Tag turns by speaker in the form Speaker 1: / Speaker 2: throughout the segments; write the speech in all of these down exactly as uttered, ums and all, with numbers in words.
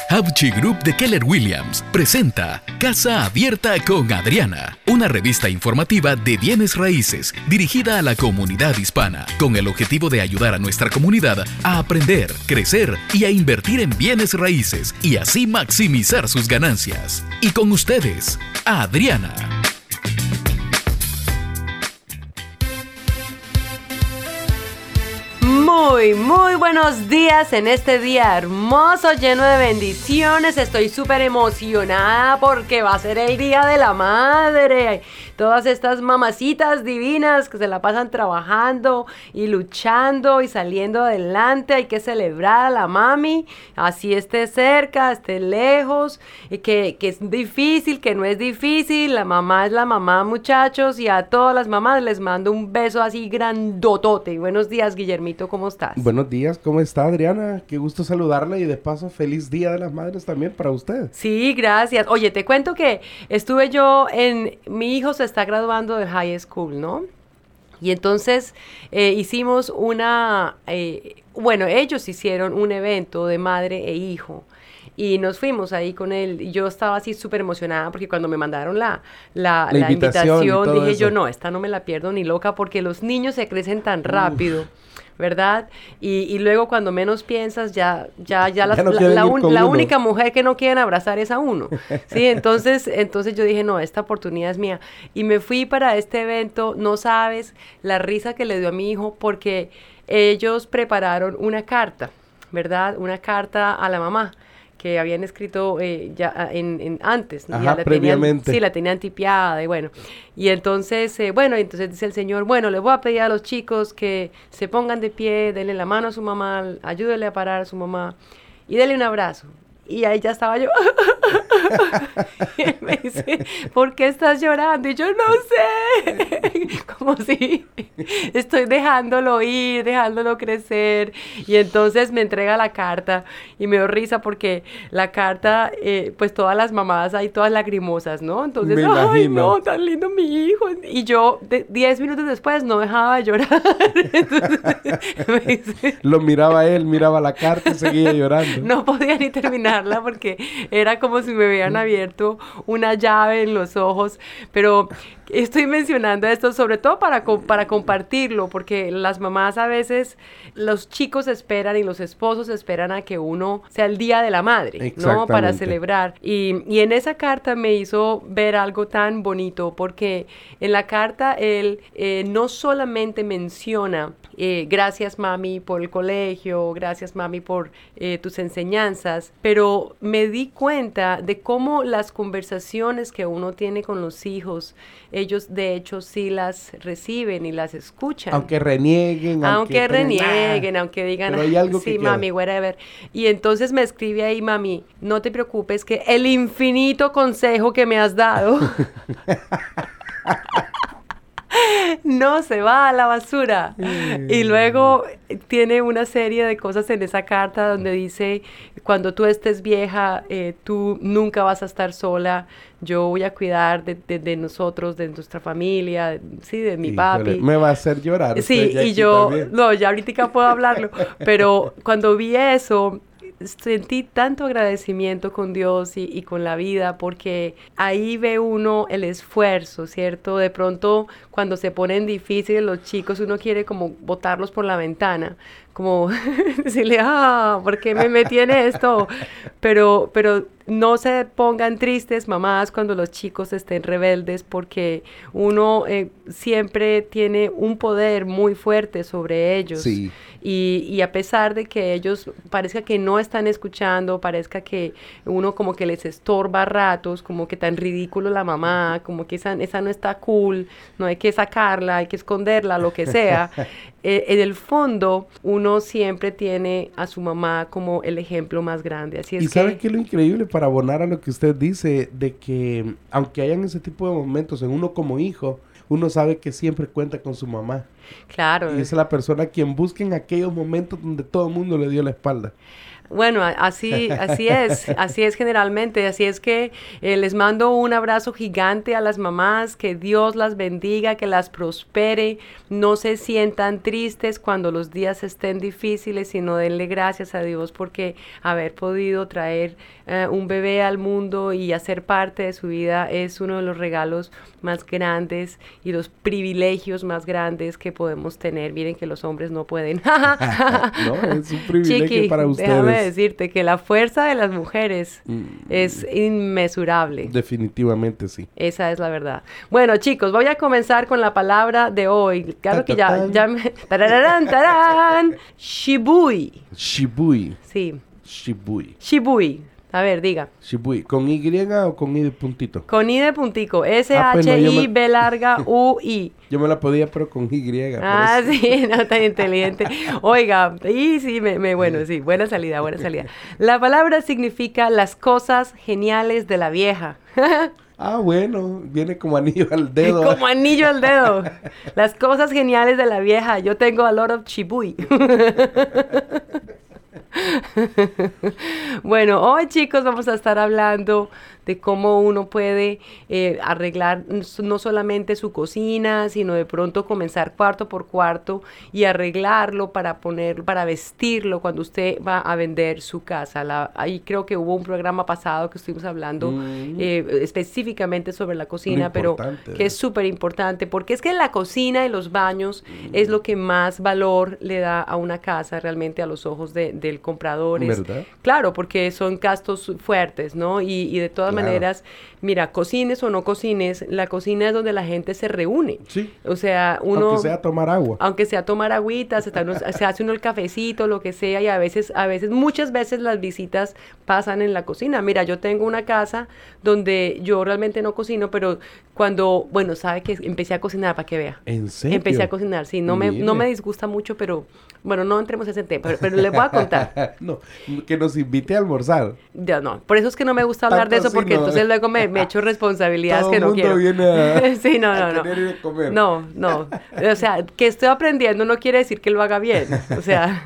Speaker 1: Hauchi Group de Keller Williams presenta Casa Abierta con Adriana, una revista informativa de bienes raíces dirigida a la comunidad hispana, con el objetivo de ayudar a nuestra comunidad a aprender, crecer y a invertir en bienes raíces y así maximizar sus ganancias. Y con ustedes, Adriana.
Speaker 2: Muy, muy buenos días en este día hermoso, lleno de bendiciones. Estoy súper emocionada porque va a ser el Día de la Madre. Todas estas mamacitas divinas que se la pasan trabajando y luchando y saliendo adelante. Hay que celebrar a la mami, así esté cerca, esté lejos, y que, que es difícil, que no es difícil. La mamá es la mamá, muchachos, y a todas las mamás les mando un beso así grandotote. Buenos días, Guillermito, ¿cómo estás?
Speaker 3: Buenos días, ¿cómo está, Adriana? Qué gusto saludarla y de paso, feliz Día de las Madres también para usted.
Speaker 2: Sí, gracias. Oye, te cuento que estuve yo en... Mi hijo se está graduando de high school, ¿no? Y entonces eh, hicimos una... Eh, bueno, ellos hicieron un evento de madre e hijo. Y nos fuimos ahí con él. Y yo estaba así súper emocionada porque cuando me mandaron la, la, la, la invitación, invitación dije eso. yo, no, esta no me la pierdo ni loca porque los niños se crecen tan rápido. Uf. ¿Verdad? Y, y luego cuando menos piensas ya ya ya, las, ya no la, la, un, la única mujer que no quieren abrazar es a uno. Sí, entonces entonces yo dije, no, esta oportunidad es mía. Y me fui para este evento, no sabes la risa que le dio a mi hijo porque ellos prepararon una carta, ¿verdad? Una carta a la mamá que habían escrito eh, ya en, en antes,
Speaker 3: Ajá,
Speaker 2: ya la
Speaker 3: previamente.
Speaker 2: Tenían, sí, la tenían tipiada y bueno. Y entonces, eh, bueno, entonces dice el señor, bueno, le voy a pedir a los chicos que se pongan de pie, denle la mano a su mamá, ayúdenle a parar a su mamá y denle un abrazo. Y ahí ya estaba yo. Y él me dice, ¿por qué estás llorando? Y yo, no sé. Como si estoy dejándolo ir, dejándolo crecer. Y entonces me entrega la carta y me dio risa porque la carta, eh, pues todas las mamás ahí, todas lagrimosas, ¿no? Entonces,
Speaker 3: me
Speaker 2: ay,
Speaker 3: imagino.
Speaker 2: no, tan lindo mi hijo. Y yo, de, diez minutos después, no dejaba de llorar. Entonces, me dice,
Speaker 3: lo miraba él, miraba la carta y seguía llorando.
Speaker 2: No podía ni terminar porque era como si me hubieran abierto una llave en los ojos, pero estoy mencionando esto sobre todo para, para compartirlo, porque las mamás a veces, los chicos esperan y los esposos esperan a que uno sea el Día de la Madre, ¿no? Para celebrar. Y, y en esa carta me hizo ver algo tan bonito, porque en la carta él eh, no solamente menciona Eh, gracias mami por el colegio, gracias mami por eh, tus enseñanzas, pero me di cuenta de cómo las conversaciones que uno tiene con los hijos, ellos de hecho sí las reciben y las escuchan.
Speaker 3: Aunque renieguen.
Speaker 2: Aunque, aunque renieguen,
Speaker 3: nah,
Speaker 2: aunque digan,
Speaker 3: hay algo
Speaker 2: sí
Speaker 3: que
Speaker 2: mami, whatever. Y entonces me escribe ahí, mami, no te preocupes que el infinito consejo que me has dado no se va a la basura. Mm. Y luego tiene una serie de cosas en esa carta donde dice, cuando tú estés vieja, eh, tú nunca vas a estar sola, yo voy a cuidar de, de, de nosotros, de nuestra familia, de, sí, de mi
Speaker 3: Híjole,
Speaker 2: papi.
Speaker 3: Me va a hacer llorar.
Speaker 2: Sí, y yo, también. no, ya ahorita puedo hablarlo, pero cuando vi eso, sentí tanto agradecimiento con Dios y, y con la vida, porque ahí ve uno el esfuerzo, ¿cierto? De pronto, cuando se ponen difíciles los chicos, uno quiere como botarlos por la ventana, como decirle, ah, ¿por qué me metí en esto? Pero, pero no se pongan tristes, mamás, cuando los chicos estén rebeldes, porque uno eh, siempre tiene un poder muy fuerte sobre ellos.
Speaker 3: Sí.
Speaker 2: Y, y a pesar de que ellos parezca que no están escuchando, parezca que uno como que les estorba a ratos, como que tan ridículo la mamá, como que esa, esa no está cool, no hay que sacarla, hay que esconderla, lo que sea. eh, en el fondo, uno siempre tiene a su mamá como el ejemplo más grande. Así es
Speaker 3: ¿Y
Speaker 2: que...
Speaker 3: sabe qué es lo increíble para abonar a lo que usted dice? De que aunque hayan ese tipo de momentos en uno como hijo, uno sabe que siempre cuenta con su mamá.
Speaker 2: Claro.
Speaker 3: Y es la persona a quien busca en aquellos momentos donde todo el mundo le dio la espalda.
Speaker 2: Bueno, así, así es, así es generalmente, así es que eh, les mando un abrazo gigante a las mamás, que Dios las bendiga, que las prospere, no se sientan tristes cuando los días estén difíciles, sino denle gracias a Dios porque haber podido traer eh, un bebé al mundo y hacer parte de su vida es uno de los regalos más grandes y los privilegios más grandes que podemos tener. Miren que los hombres no pueden.
Speaker 3: No, es un privilegio
Speaker 2: Chiqui,
Speaker 3: para ustedes.
Speaker 2: Déjame decirte que la fuerza de las mujeres mm. es inmesurable.
Speaker 3: Definitivamente sí.
Speaker 2: Esa es la verdad. Bueno, chicos, voy a comenzar con la palabra de hoy. Claro que ya, ya me... ¡Tararán, tarán! Shibui.
Speaker 3: Shibui.
Speaker 2: Sí.
Speaker 3: Shibui.
Speaker 2: Shibui. A ver, diga.
Speaker 3: Shibui. ¿Con Y o con I de puntito?
Speaker 2: Con I de puntico. S H I B larga U I.
Speaker 3: Yo me la podía, pero con Y.
Speaker 2: Ah, sí, no tan inteligente. Oiga, y sí, me, me, bueno, sí, buena salida, buena salida. La palabra significa las cosas geniales de la vieja.
Speaker 3: Ah, bueno, viene como anillo al dedo.
Speaker 2: Como anillo al dedo. Las cosas geniales de la vieja. Yo tengo a lot of chibui. Bueno, hoy chicos vamos a estar hablando de cómo uno puede eh, arreglar no solamente su cocina, sino de pronto comenzar cuarto por cuarto y arreglarlo para poner, para vestirlo cuando usted va a vender su casa. La, ahí creo que hubo un programa pasado que estuvimos hablando mm. eh, específicamente sobre la cocina, pero que es súper importante porque es que la cocina y los baños mm. es lo que más valor le da a una casa realmente a los ojos de, del comprador.
Speaker 3: ¿Verdad?
Speaker 2: Claro, porque son gastos fuertes, ¿no? Y, y de todas claro. maneras, mira, cocines o no cocines, la cocina es donde la gente se reúne.
Speaker 3: Sí.
Speaker 2: O sea, uno...
Speaker 3: Aunque sea tomar agua.
Speaker 2: Aunque sea tomar agüita, se, uno, se hace uno el cafecito, lo que sea, y a veces, a veces, muchas veces las visitas pasan en la cocina. Mira, yo tengo una casa donde yo realmente no cocino, pero cuando, bueno, sabe que empecé a cocinar, para que vea.
Speaker 3: ¿En serio?
Speaker 2: Empecé a cocinar, sí, no me, no me disgusta mucho, pero, bueno, no entremos en ese tema, pero, pero les voy a contar.
Speaker 3: No, que nos invite a almorzar.
Speaker 2: Ya no, por eso es que no me gusta hablar Tanto de eso, porque no, entonces luego me, me echo responsabilidades
Speaker 3: todo
Speaker 2: que no quiero.
Speaker 3: Viene a,
Speaker 2: sí, no, no,
Speaker 3: a
Speaker 2: no.
Speaker 3: querer comer.
Speaker 2: No, no. O sea, que estoy aprendiendo no quiere decir que lo haga bien. O sea,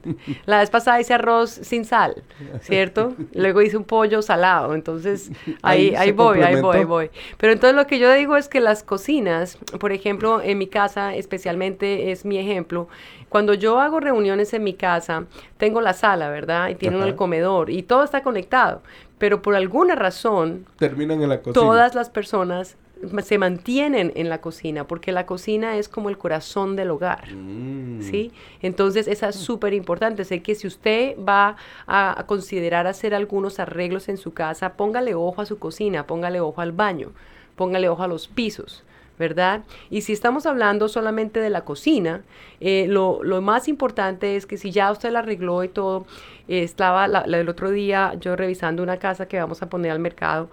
Speaker 2: la vez pasada hice arroz sin sal, ¿cierto? Luego hice un pollo salado, entonces ahí, ahí, ahí voy, ahí voy, ahí voy. Pero entonces lo que yo digo es que las cocinas, por ejemplo, en mi casa especialmente es mi ejemplo, cuando yo hago reuniones en mi casa, tengo la sala, ¿verdad? Y tiene uno el comedor y todo está conectado. Pero por alguna razón...
Speaker 3: Terminan en la cocina.
Speaker 2: Todas las personas se mantienen en la cocina, porque la cocina es como el corazón del hogar, mm. ¿sí? Entonces, esa es súper importante. Sé que si usted va a, a considerar hacer algunos arreglos en su casa, póngale ojo a su cocina, póngale ojo al baño, póngale ojo a los pisos, ¿verdad? Y si estamos hablando solamente de la cocina, eh, lo, lo más importante es que si ya usted la arregló y todo, eh, estaba la, la, el otro día yo revisando una casa que vamos a poner al mercado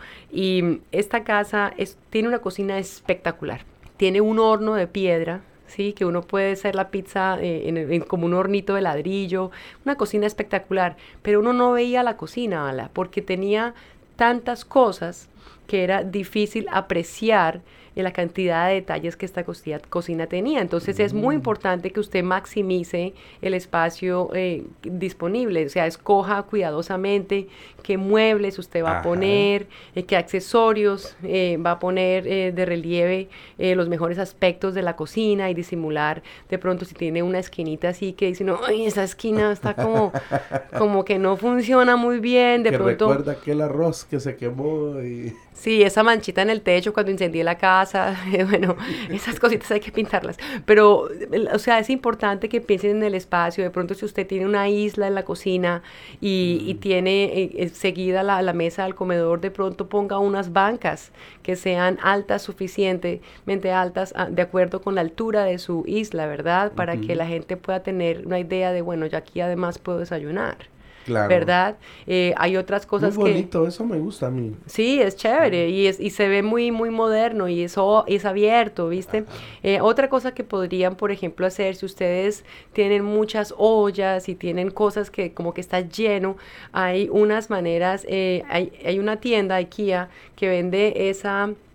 Speaker 2: y esta casa es, tiene una cocina espectacular. Tiene un horno de piedra, ¿sí? Que uno puede hacer la pizza eh, en, en, como un hornito de ladrillo, una cocina espectacular, pero uno no veía la cocina, Ala, porque tenía tantas cosas que era difícil apreciar en la cantidad de detalles que esta cocina, cocina tenía. Entonces mm. es muy importante que usted maximice el espacio eh, disponible, o sea, escoja cuidadosamente qué muebles usted va Ajá. a poner, eh, qué accesorios eh, va a poner eh, de relieve eh, los mejores aspectos de la cocina y disimular de pronto si tiene una esquinita así que dice, no, ay, esa esquina está como, como que no funciona muy bien, de
Speaker 3: que
Speaker 2: pronto...
Speaker 3: recuerda aquel arroz que se quemó y...
Speaker 2: Sí, esa manchita en el techo cuando incendié la casa, bueno, esas cositas hay que pintarlas. Pero, o sea, es importante que piensen en el espacio. De pronto, si usted tiene una isla en la cocina y, mm. y tiene eh, seguida la, la mesa del comedor, de pronto ponga unas bancas que sean altas, suficientemente altas, a, de acuerdo con la altura de su isla, ¿verdad? Para mm-hmm. que la gente pueda tener una idea de, bueno, yo aquí además puedo desayunar.
Speaker 3: Claro.
Speaker 2: ¿Verdad? Eh, hay otras cosas
Speaker 3: muy bonito,
Speaker 2: que...
Speaker 3: eso me gusta a mí.
Speaker 2: Sí, es chévere y, es, y se ve muy, muy moderno y eso es abierto, ¿viste? Eh, otra cosa que podrían, por ejemplo, hacer si ustedes tienen muchas ollas y tienen cosas que como que está lleno, hay unas maneras, eh, hay, hay una tienda, IKEA, que vende esa...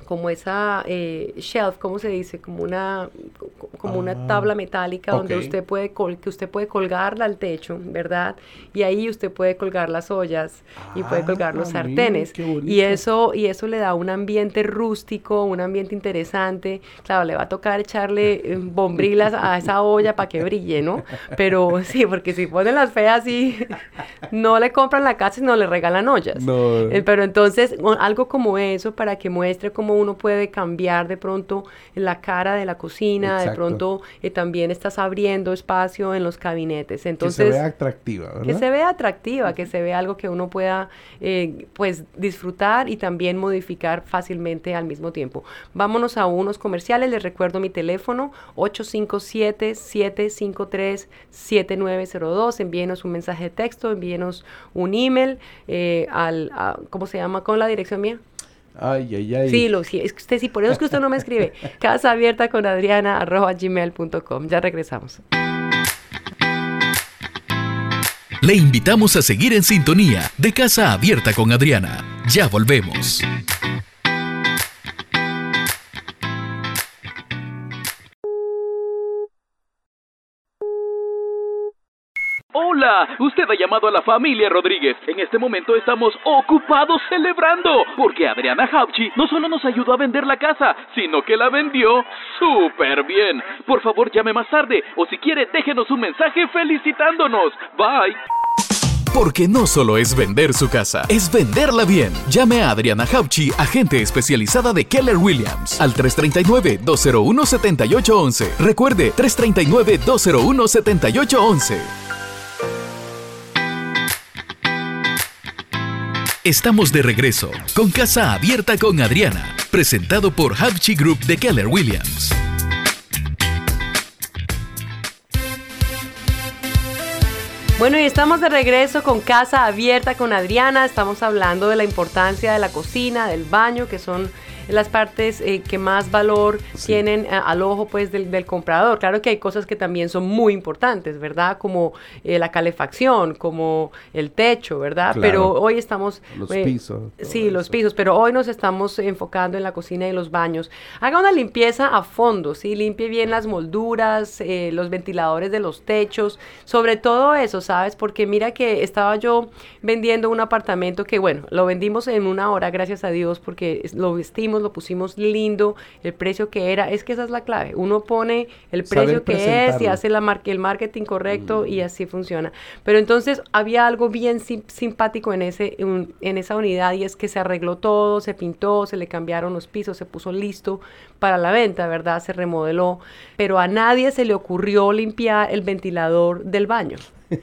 Speaker 2: como esa eh, shelf, ¿cómo se dice? Como una, como una
Speaker 3: Ah,
Speaker 2: tabla metálica donde
Speaker 3: ok.
Speaker 2: usted puede col- que usted puede colgarla al techo, ¿verdad? Y ahí usted puede colgar las ollas y puede colgar los
Speaker 3: Ah, mire,
Speaker 2: sartenes.
Speaker 3: qué
Speaker 2: Y
Speaker 3: bonito.
Speaker 2: eso, y eso le da un ambiente rústico, un ambiente interesante. Claro, le va a tocar echarle eh, bombrilas a esa olla para que brille, ¿no? Pero sí, porque si ponen las feas, sí, no le compran la casa y no le regalan ollas.
Speaker 3: No.
Speaker 2: Eh, pero entonces, o- algo como eso para que muestre cómo uno puede cambiar de pronto la cara de la cocina, de
Speaker 3: Exacto.
Speaker 2: pronto eh, también estás abriendo espacio en los gabinetes.
Speaker 3: Que se
Speaker 2: Entonces,
Speaker 3: vea atractiva, ¿verdad?
Speaker 2: que se vea atractiva, que se vea algo que uno pueda eh, pues disfrutar y también modificar fácilmente al mismo tiempo. Vámonos a unos comerciales. Les recuerdo mi teléfono ocho cinco siete, siete cinco tres, siete nueve cero dos. Envíenos un mensaje de texto, envíenos un email eh, al, a- ¿cómo se llama? ¿Con la dirección mía?
Speaker 3: Ay, ay, ay.
Speaker 2: Sí, lo, sí, es que usted sí, por eso es que usted no me escribe. Casa abierta con Adriana arroba gmail punto com. Ya regresamos.
Speaker 1: Le invitamos a seguir en sintonía de Casa Abierta con Adriana. Ya volvemos.
Speaker 4: Hola, usted ha llamado a la familia Rodríguez. En este momento estamos ocupados celebrando, porque Adriana Hapchi no solo nos ayudó a vender la casa, sino que la vendió súper bien. Por favor, llame más tarde, o si quiere, déjenos un mensaje felicitándonos. Bye.
Speaker 1: Porque no solo es vender su casa, es venderla bien. Llame a Adriana Hapchi, agente especializada de Keller Williams, al tres tres nueve, dos cero uno, siete ocho uno uno. Recuerde, tres tres nueve, dos cero uno, siete ocho uno uno. Estamos de regreso con Casa Abierta con Adriana, presentado por Hapchi Group de Keller Williams.
Speaker 2: Bueno, y estamos de regreso con Casa Abierta con Adriana. Estamos hablando de la importancia de la cocina, del baño, que son las partes eh, que más valor
Speaker 3: Sí.
Speaker 2: tienen eh, al ojo pues del, del comprador. Claro que hay cosas que también son muy importantes, ¿verdad? Como eh, la calefacción, como el techo, ¿verdad?
Speaker 3: Claro.
Speaker 2: Pero hoy estamos...
Speaker 3: Los
Speaker 2: eh,
Speaker 3: pisos, todo
Speaker 2: Sí, los
Speaker 3: eso.
Speaker 2: pisos, pero hoy nos estamos enfocando en la cocina y los baños. Haga una limpieza a fondo, ¿sí? Limpie bien las molduras, eh, los ventiladores de los techos, sobre todo eso, ¿sabes? Porque mira que estaba yo vendiendo un apartamento que, bueno, lo vendimos en una hora, gracias a Dios, porque es- lo vestimos, lo pusimos lindo, el precio que era, es que esa es la clave. Uno pone el
Speaker 3: Saber
Speaker 2: precio que es y
Speaker 3: presentarlo.
Speaker 2: hace la mar- el marketing correcto y así funciona. Pero entonces había algo bien sim- simpático en, ese, en, en esa unidad y es que se arregló todo, se pintó, se le cambiaron los pisos, se puso listo para la venta, ¿verdad? Se remodeló, pero a nadie se le ocurrió limpiar el ventilador del baño.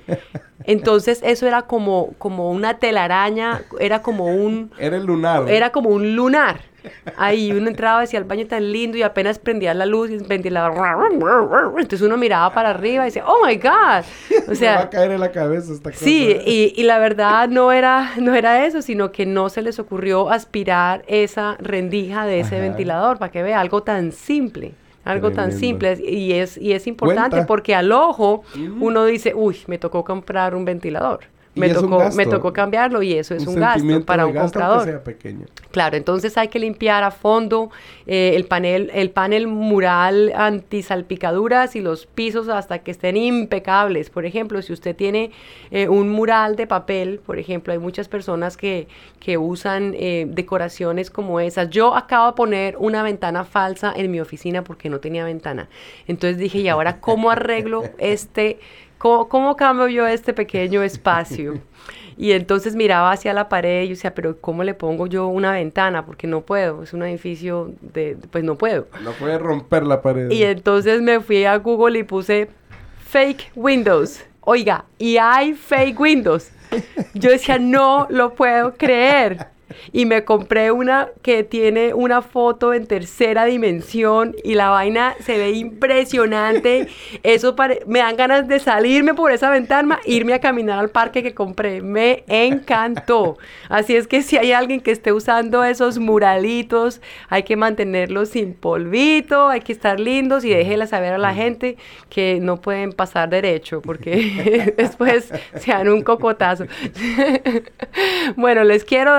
Speaker 2: Entonces eso era como, como una telaraña, era como un,
Speaker 3: Era el lunar.
Speaker 2: era como un lunar. Ahí uno entraba hacia el baño tan lindo y apenas prendía la luz y el ventilador. Entonces uno miraba para arriba y decía, oh my God. O
Speaker 3: Me va a
Speaker 2: sea,
Speaker 3: caer en la cabeza esta cosa.
Speaker 2: sí, y, y la verdad no era, no era eso, sino que no se les ocurrió aspirar esa rendija de ese
Speaker 3: Ajá.
Speaker 2: ventilador, para que vea algo tan simple. Algo tan
Speaker 3: Tremendo.
Speaker 2: simple y es, y es importante
Speaker 3: Cuenta.
Speaker 2: porque al ojo
Speaker 3: Ujú.
Speaker 2: uno dice, uy, me tocó comprar un ventilador.
Speaker 3: Y
Speaker 2: Me
Speaker 3: es un
Speaker 2: tocó, me
Speaker 3: gasto.
Speaker 2: tocó cambiarlo y eso es un, gasto
Speaker 3: sentimiento
Speaker 2: para
Speaker 3: de
Speaker 2: un
Speaker 3: gasto,
Speaker 2: comprador.
Speaker 3: aunque sea pequeño.
Speaker 2: Claro, entonces hay que limpiar a fondo eh, el panel, el panel mural antisalpicaduras y los pisos hasta que estén impecables. Por ejemplo, si usted tiene eh, un mural de papel, por ejemplo, hay muchas personas que, que usan eh, decoraciones como esas. Yo acabo de poner una ventana falsa en mi oficina porque no tenía ventana. Entonces dije, ¿y ahora cómo arreglo este, cómo, cómo cambio yo este pequeño espacio? Y entonces miraba hacia la pared y yo decía, pero ¿cómo le pongo yo una ventana? Porque no puedo, es un edificio de, pues no puedo.
Speaker 3: No puede romper la pared.
Speaker 2: Y entonces me fui a Google y puse fake windows. Oiga, y hay fake windows. Yo decía, no lo puedo creer. Y me compré una que tiene una foto en tercera dimensión y la vaina se ve impresionante. Eso pare- me dan ganas de salirme por esa ventana, irme a caminar al parque que compré. Me encantó. Así es que si hay alguien que esté usando esos muralitos, hay que mantenerlos sin polvito, hay que estar lindos y déjela saber a la gente que no pueden pasar derecho porque después se dan un cocotazo. Bueno, les quiero dar la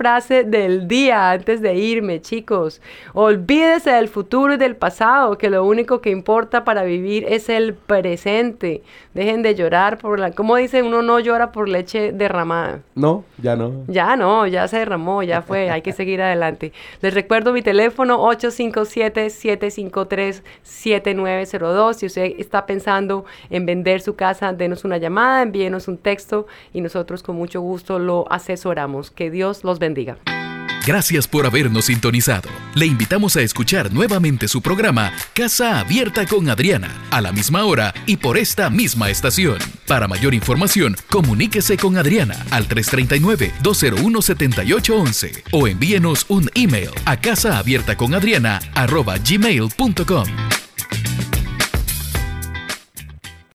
Speaker 2: frase del día antes de irme, chicos. Olvídese del futuro y del pasado, que lo único que importa para vivir es el presente. Dejen de llorar por la... ¿Cómo dicen? Uno no llora por leche derramada.
Speaker 3: No, ya no.
Speaker 2: Ya no, ya se derramó, ya fue. Hay que seguir adelante. Les recuerdo mi teléfono ocho cinco siete, siete cinco tres, siete nueve cero dos. Si usted está pensando en vender su casa, denos una llamada, envíenos un texto y nosotros con mucho gusto lo asesoramos. Que Dios los bendiga.
Speaker 1: Gracias por habernos sintonizado. Le invitamos a escuchar nuevamente su programa Casa Abierta con Adriana, a la misma hora y por esta misma estación. Para mayor información, comuníquese con Adriana al tres tres nueve, dos cero uno, siete ocho uno uno o envíenos un email a casaabiertaconadriana arroba gmail punto com.